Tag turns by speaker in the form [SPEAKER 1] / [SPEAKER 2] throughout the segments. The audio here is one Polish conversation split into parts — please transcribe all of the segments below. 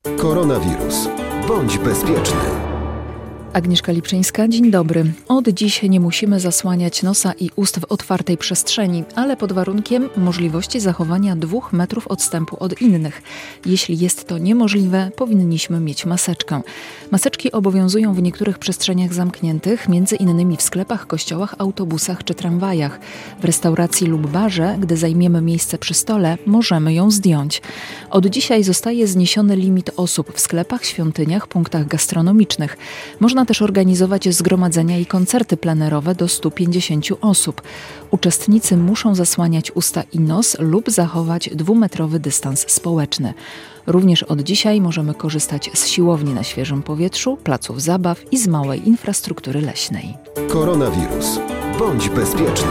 [SPEAKER 1] Koronawirus. Bądź bezpieczny.
[SPEAKER 2] Agnieszka Lipczyńska, dzień dobry. Od dziś nie musimy zasłaniać nosa i ust w otwartej przestrzeni, ale pod warunkiem możliwości zachowania 2 metrów odstępu od innych. Jeśli jest to niemożliwe, powinniśmy mieć maseczkę. Maseczki obowiązują w niektórych przestrzeniach zamkniętych, między innymi w sklepach, kościołach, autobusach czy tramwajach. W restauracji lub barze, gdy zajmiemy miejsce przy stole, możemy ją zdjąć. Od dzisiaj zostaje zniesiony limit osób w sklepach, świątyniach, punktach gastronomicznych. Można też organizować zgromadzenia i koncerty plenerowe do 150 osób. Uczestnicy muszą zasłaniać usta i nos lub zachować 2-metrowy dystans społeczny. Również od dzisiaj możemy korzystać z siłowni na świeżym powietrzu, placów zabaw i z małej infrastruktury leśnej.
[SPEAKER 1] Koronawirus. Bądź bezpieczny.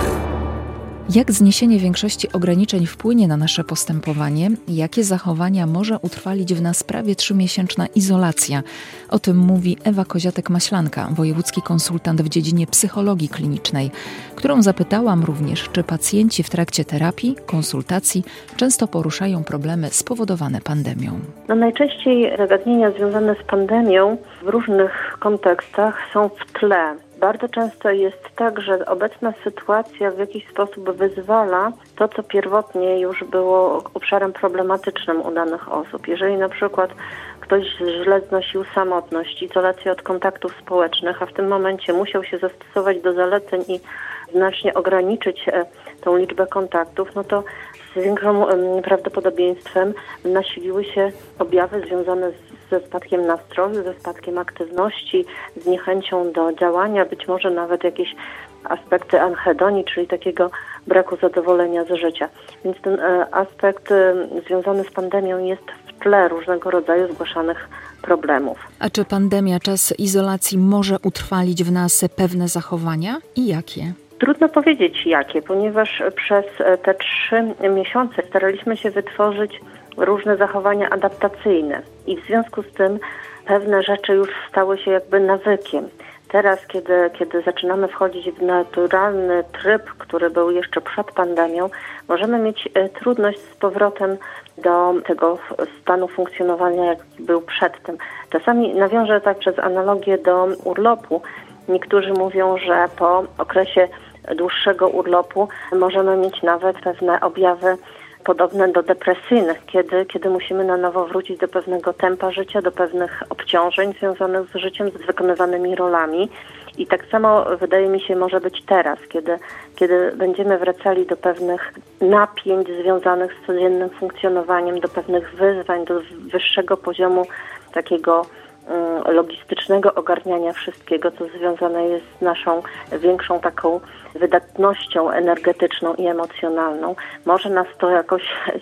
[SPEAKER 2] Jak zniesienie większości ograniczeń wpłynie na nasze postępowanie? Jakie zachowania może utrwalić w nas prawie 3-miesięczna izolacja? O tym mówi Ewa Koziatek-Maślanka, wojewódzki konsultant w dziedzinie psychologii klinicznej, którą zapytałam również, czy pacjenci w trakcie terapii, konsultacji często poruszają problemy spowodowane pandemią.
[SPEAKER 3] Najczęściej zagadnienia związane z pandemią w różnych kontekstach są w tle. Bardzo często jest tak, że obecna sytuacja w jakiś sposób wyzwala to, co pierwotnie już było obszarem problematycznym u danych osób. Jeżeli na przykład ktoś źle znosił samotność, izolację od kontaktów społecznych, a w tym momencie musiał się zastosować do zaleceń i znacznie ograniczyć tą liczbę kontaktów, no to z większym prawdopodobieństwem nasiliły się objawy związane ze spadkiem nastroju, ze spadkiem aktywności, z niechęcią do działania, być może nawet jakieś aspekty anhedonii, czyli takiego braku zadowolenia z życia. Więc ten aspekt związany z pandemią jest w tle różnego rodzaju zgłaszanych problemów.
[SPEAKER 2] A czy pandemia, czas izolacji może utrwalić w nas pewne zachowania i jakie?
[SPEAKER 3] Trudno powiedzieć jakie, ponieważ przez te 3 miesiące staraliśmy się wytworzyć różne zachowania adaptacyjne i w związku z tym pewne rzeczy już stały się jakby nawykiem. Teraz, kiedy zaczynamy wchodzić w naturalny tryb, który był jeszcze przed pandemią, możemy mieć trudność z powrotem do tego stanu funkcjonowania, jak był przedtem. Czasami nawiążę tak przez analogię do urlopu. Niektórzy mówią, że po okresie dłuższego urlopu możemy mieć nawet pewne objawy podobne do depresyjnych, kiedy musimy na nowo wrócić do pewnego tempa życia, do pewnych obciążeń związanych z życiem, z wykonywanymi rolami. I tak samo wydaje mi się może być teraz, kiedy będziemy wracali do pewnych napięć związanych z codziennym funkcjonowaniem, do pewnych wyzwań, do wyższego poziomu takiego logistycznego ogarniania wszystkiego, co związane jest z naszą większą taką wydatnością energetyczną i emocjonalną. Może nas to jakoś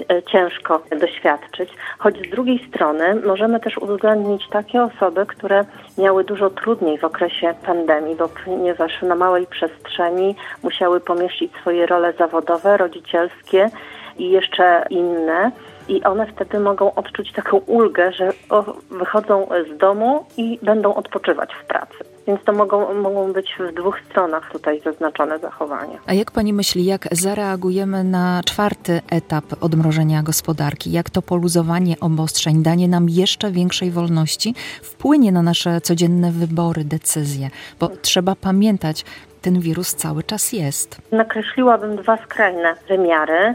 [SPEAKER 3] ciężko doświadczyć, choć z drugiej strony możemy też uwzględnić takie osoby, które miały dużo trudniej w okresie pandemii, bo ponieważ na małej przestrzeni musiały pomieścić swoje role zawodowe, rodzicielskie i jeszcze inne. I one wtedy mogą odczuć taką ulgę, że wychodzą z domu i będą odpoczywać w pracy. Więc to mogą być w 2 stronach tutaj zaznaczone zachowania.
[SPEAKER 2] A jak pani myśli, jak zareagujemy na 4. etap odmrożenia gospodarki? Jak to poluzowanie obostrzeń, danie nam jeszcze większej wolności wpłynie na nasze codzienne wybory, decyzje? Bo trzeba pamiętać, ten wirus cały czas jest.
[SPEAKER 3] Nakreśliłabym 2 skrajne wymiary.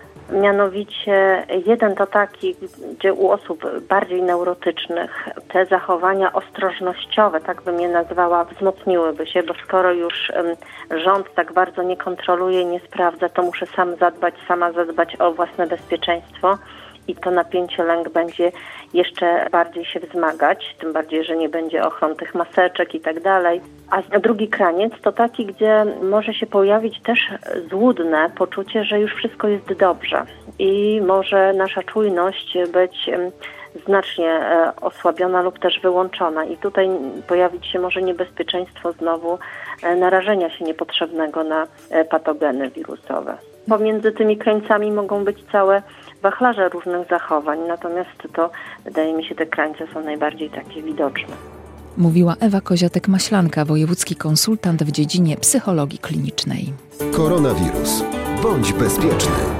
[SPEAKER 3] Mianowicie jeden to taki, gdzie u osób bardziej neurotycznych te zachowania ostrożnościowe, tak bym je nazwała, wzmocniłyby się, bo skoro już rząd tak bardzo nie kontroluje, nie sprawdza, to muszę sama zadbać o własne bezpieczeństwo i to napięcie, lęk będzie jeszcze bardziej się wzmagać, tym bardziej, że nie będzie ochron tych maseczek i tak dalej. A drugi kraniec to taki, gdzie może się pojawić też złudne poczucie, że już wszystko jest dobrze i może nasza czujność być znacznie osłabiona lub też wyłączona i tutaj pojawić się może niebezpieczeństwo znowu narażenia się niepotrzebnego na patogeny wirusowe. Pomiędzy tymi krańcami mogą być całe wachlarze różnych zachowań, natomiast to, wydaje mi się, te krańce są najbardziej takie widoczne.
[SPEAKER 2] Mówiła Ewa Koziatek-Maślanka, wojewódzki konsultant w dziedzinie psychologii klinicznej.
[SPEAKER 1] Koronawirus. Bądź bezpieczny.